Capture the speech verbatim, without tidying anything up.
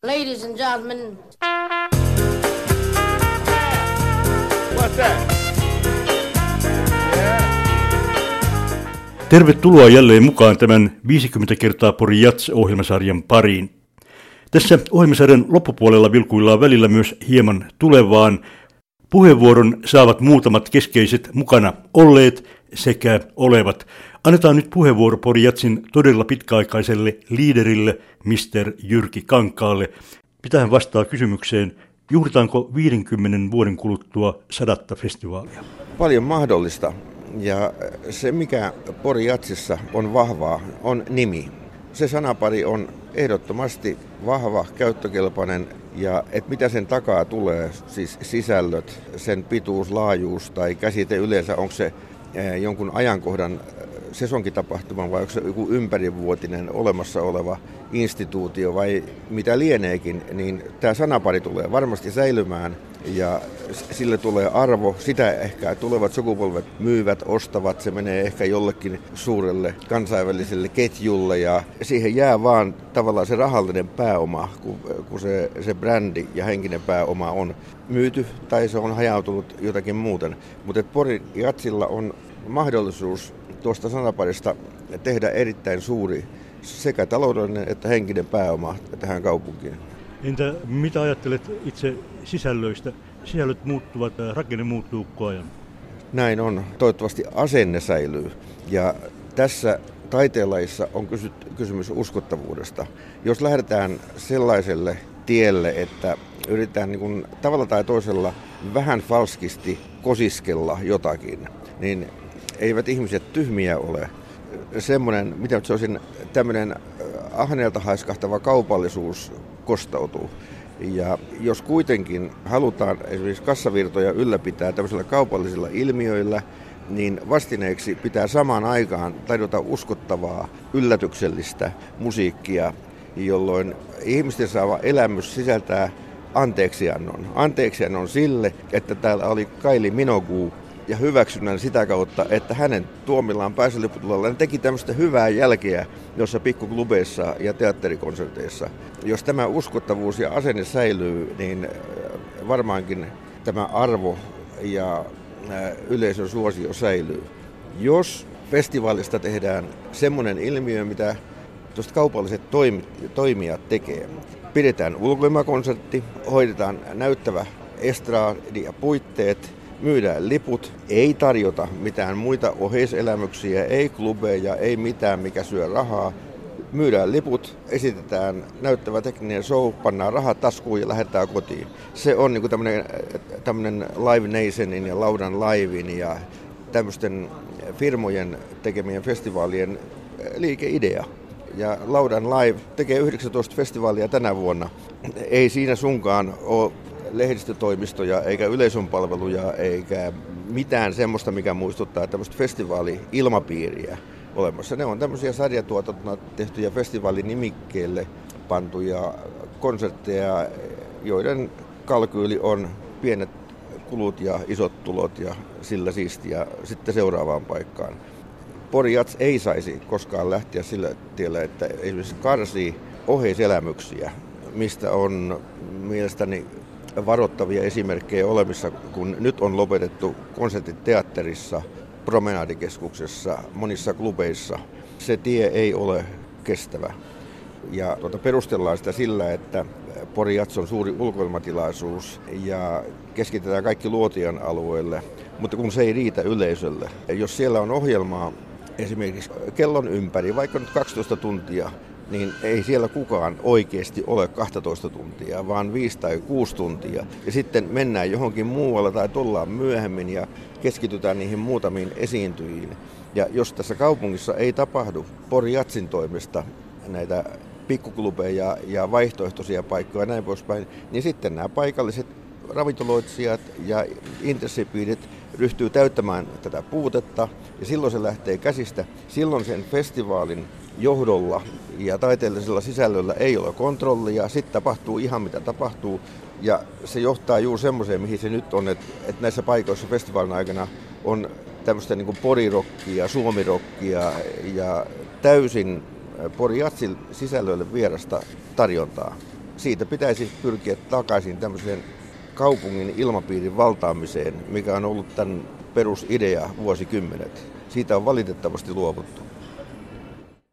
Ladies and gentlemen. What's that? Yeah. Tervetuloa jälleen mukaan tämän viisikymmentä kertaa Pori Jats-ohjelmasarjan pariin. Tässä ohjelmasarjan loppupuolella vilkuillaan välillä myös hieman tulevaan. Puheenvuoron saavat muutamat keskeiset mukana olleet sekä olevat. Annetaan nyt puheenvuoro Pori Jatsin todella pitkäaikaiselle liiderille, mister Jyrki Kankaalle. Pitää hän vastaa kysymykseen, juhlitaanko viidenkymmenen vuoden kuluttua sadatta festivaalia? Paljon mahdollista. Ja se, mikä Pori Jatsissa on vahvaa, on nimi. Se sanapari on ehdottomasti vahva, käyttökelpoinen, ja että mitä sen takaa tulee, siis sisällöt, sen pituus, laajuus tai käsite yleensä, onko se jonkun ajankohdan sesonkitapahtuman vai onko se joku ympärivuotinen olemassa oleva instituutio vai mitä lieneekin, niin tämä sanapari tulee varmasti säilymään ja sille tulee arvo. Sitä ehkä tulevat sukupolvet myyvät, ostavat, se menee ehkä jollekin suurelle kansainväliselle ketjulle ja siihen jää vaan tavallaan se rahallinen pääoma, kun, kun se, se brändi ja henkinen pääoma on myyty tai se on hajautunut jotakin muuten. Mutta Pori Jatsilla on mahdollisuus tuosta sanaparista tehdä erittäin suuri sekä taloudellinen että henkinen pääoma tähän kaupunkiin. Entä mitä ajattelet itse sisällöistä? Sisällöt muuttuvat, rakenne muuttuu koko ajan. Näin on. Toivottavasti asenne säilyy. Ja tässä taiteenlajissa on kysymys uskottavuudesta. Jos lähdetään sellaiselle tielle, että yritetään niin kuin tavalla tai toisella vähän falskisti kosiskella jotakin, niin eivät ihmiset tyhmiä ole. Semmoinen, mitä se olisin, tämmöinen ahneelta haiskahtava kaupallisuus kostautuu. Ja jos kuitenkin halutaan esimerkiksi kassavirtoja ylläpitää tämmöisillä kaupallisilla ilmiöillä, niin vastineeksi pitää samaan aikaan tarjota uskottavaa, yllätyksellistä musiikkia, jolloin ihmisten saava elämys sisältää anteeksiannon. Anteeksiannon sille, että täällä oli Kylie Minogue ja hyväksynnän sitä kautta, että hänen tuomillaan pääsyliputulalla teki tämmöistä hyvää jälkeä jossa pikkuklubeissa ja teatterikonserteissa. Jos tämä uskottavuus ja asenne säilyy, niin varmaankin tämä arvo ja yleisön suosio säilyy. Jos festivaalista tehdään semmoinen ilmiö, mitä tuosta kaupalliset toimijat tekee, pidetään ulkoilmakonsertti, hoidetaan näyttävä estradi ja puitteet, myydään liput, ei tarjota mitään muita oheiselämyksiä, ei klubeja, ei mitään mikä syö rahaa. Myydään liput, esitetään näyttävä tekninen show, pannaan rahat taskuun ja lähdetään kotiin. Se on niin kuin tämmöinen, tämmöinen Live Nationin ja Laudan Livein ja tämmöisten firmojen tekemien festivaalien liikeidea. Ja Laudan Live tekee yhdeksäntoista festivaalia tänä vuonna. Ei siinä sunkaan ole lehdistötoimistoja, eikä yleisönpalveluja, eikä mitään semmoista, mikä muistuttaa tämmöistä festivaali-ilmapiiriä olemassa. Ne on tämmöisiä sarjatuotantona tehtyjä festivaalinimikkeelle pantuja konsertteja, joiden kalkyyli on pienet kulut ja isot tulot ja sillä siistiä sitten seuraavaan paikkaan. Pori Jats ei saisi koskaan lähteä sillä tiellä, että esimerkiksi karsii oheiselämyksiä, mistä on mielestäni varoittavia esimerkkejä olemassa, kun nyt on lopetettu konsertit teatterissa, promenadikeskuksessa, monissa klubeissa. Se tie ei ole kestävä. Ja tuota, perustellaan sitä sillä, että Pori Jats on suuri ulkoilmatilaisuus ja keskitetään kaikki Luotian alueelle, mutta kun se ei riitä yleisölle. Jos siellä on ohjelmaa esimerkiksi kellon ympäri, vaikka nyt kaksitoista tuntia, niin ei siellä kukaan oikeasti ole kaksitoista tuntia, vaan viisi tai kuusi tuntia. Ja sitten mennään johonkin muualle tai tullaan myöhemmin ja keskitytään niihin muutamiin esiintyjiin. Ja jos tässä kaupungissa ei tapahdu Pori Jatsin toimesta näitä pikkuklubeja ja vaihtoehtoisia paikkoja ja näin poispäin, niin sitten nämä paikalliset ravintoloitsijat ja intressipiirit ryhtyy täyttämään tätä puutetta ja silloin se lähtee käsistä. Silloin sen festivaalin johdolla ja taiteellisella sisällöllä ei ole kontrollia, sitten tapahtuu ihan mitä tapahtuu ja se johtaa juuri semmoiseen, mihin se nyt on, että, että näissä paikoissa festivaalin aikana on tämmöistä niin kuin porirokkia, suomirokkia ja täysin Pori Jatsin sisällölle vierasta tarjontaa. siitä pitäisi pyrkiä takaisin tämmöiseen kaupungin ilmapiirin valtaamiseen, mikä on ollut tämän perusidea vuosikymmenet. Siitä on valitettavasti luovuttu.